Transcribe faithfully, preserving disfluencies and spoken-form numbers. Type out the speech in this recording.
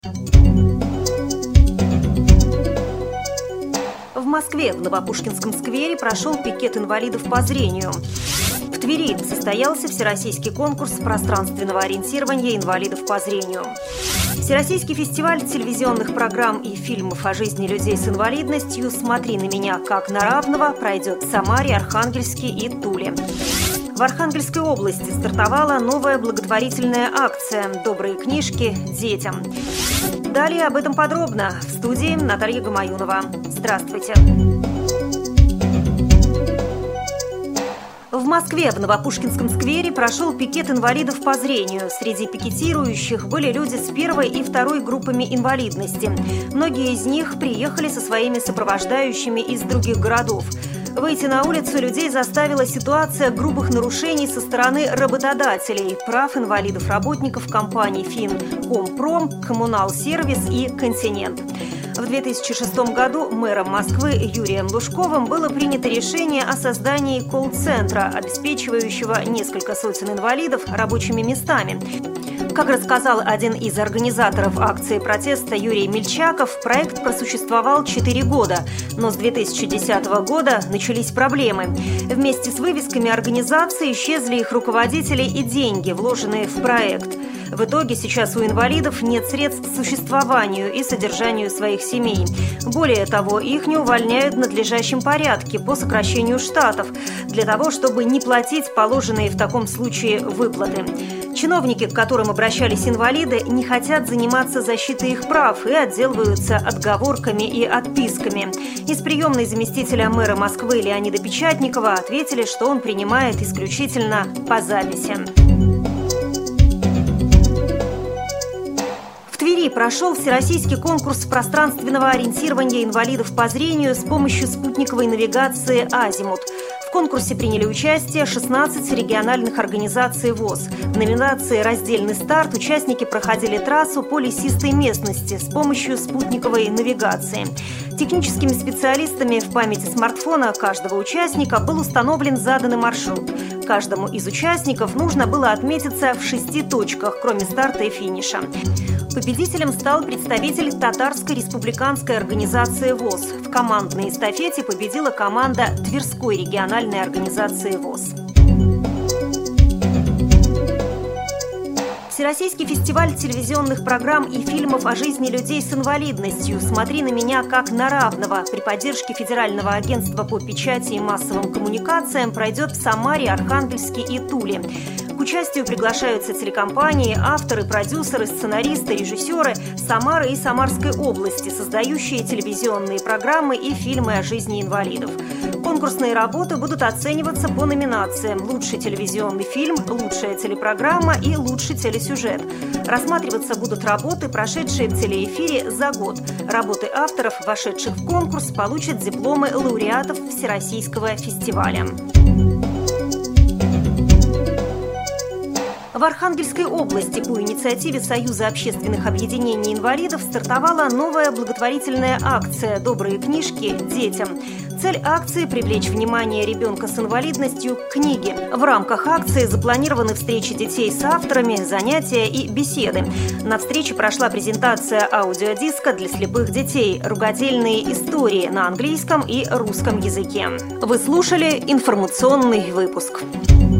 В Москве в Новопушкинском сквере прошел пикет инвалидов по зрению. В Твери состоялся всероссийский конкурс пространственного ориентирования инвалидов по зрению. Всероссийский фестиваль телевизионных программ и фильмов о жизни людей с инвалидностью «Смотри на меня как на равного» пройдет в Самаре, Архангельске и Туле. В Архангельской области стартовала новая благотворительная акция «Добрые книжки детям». Далее об этом подробно в студии Наталья Гамаюнова. Здравствуйте. В Москве в Новопушкинском сквере прошел пикет инвалидов по зрению. Среди пикетирующих были люди с первой и второй группами инвалидности. Многие из них приехали со своими сопровождающими из других городов. Выйти на улицу людей заставила ситуация грубых нарушений со стороны работодателей, прав инвалидов-работников компаний «Финкомпром», «Коммуналсервис» и «Континент». В две тысячи шестом году мэром Москвы Юрием Лужковым было принято решение о создании колл-центра, обеспечивающего несколько сотен инвалидов рабочими местами. Как рассказал один из организаторов акции протеста Юрий Мельчаков, проект просуществовал четыре года, но с две тысячи десятого года начались проблемы. Вместе с вывесками организации исчезли их руководители и деньги, вложенные в проект. В итоге сейчас у инвалидов нет средств к существованию и содержанию своих семей. Более того, их не увольняют в надлежащем порядке по сокращению штатов, для того, чтобы не платить положенные в таком случае выплаты. Чиновники, к которым обращались инвалиды, не хотят заниматься защитой их прав и отделываются отговорками и отписками. Из приемной заместителя мэра Москвы Леонида Печатникова ответили, что он принимает исключительно по записи. В Твери прошел всероссийский конкурс пространственного ориентирования инвалидов по зрению с помощью спутниковой навигации «Азимут». В конкурсе приняли участие шестнадцать региональных организаций ВОС. В номинации «Раздельный старт» участники проходили трассу по лесистой местности с помощью спутниковой навигации. Техническими специалистами в памяти смартфона каждого участника был установлен заданный маршрут. Каждому из участников нужно было отметиться в шести точках, кроме старта и финиша. Победителем стал представитель Татарской республиканской организации ВОС. В командной эстафете победила команда Тверской региональной организации ВОС. Всероссийский фестиваль телевизионных программ и фильмов о жизни людей с инвалидностью «Смотри на меня как на равного» при поддержке Федерального агентства по печати и массовым коммуникациям пройдет в Самаре, Архангельске и Туле. К участию приглашаются телекомпании, авторы, продюсеры, сценаристы, режиссеры Самары и Самарской области, создающие телевизионные программы и фильмы о жизни инвалидов. Конкурсные работы будут оцениваться по номинациям «Лучший телевизионный фильм», «Лучшая телепрограмма» и «Лучший телесюжет». Рассматриваться будут работы, прошедшие в телеэфире за год. Работы авторов, вошедших в конкурс, получат дипломы лауреатов Всероссийского фестиваля. В Архангельской области по инициативе Союза общественных объединений инвалидов стартовала новая благотворительная акция «Добрые книжки детям». Цель акции – привлечь внимание ребенка с инвалидностью к книге. В рамках акции запланированы встречи детей с авторами, занятия и беседы. На встрече прошла презентация аудиодиска для слепых детей «Ругательные истории» на английском и русском языке. Вы слушали информационный выпуск.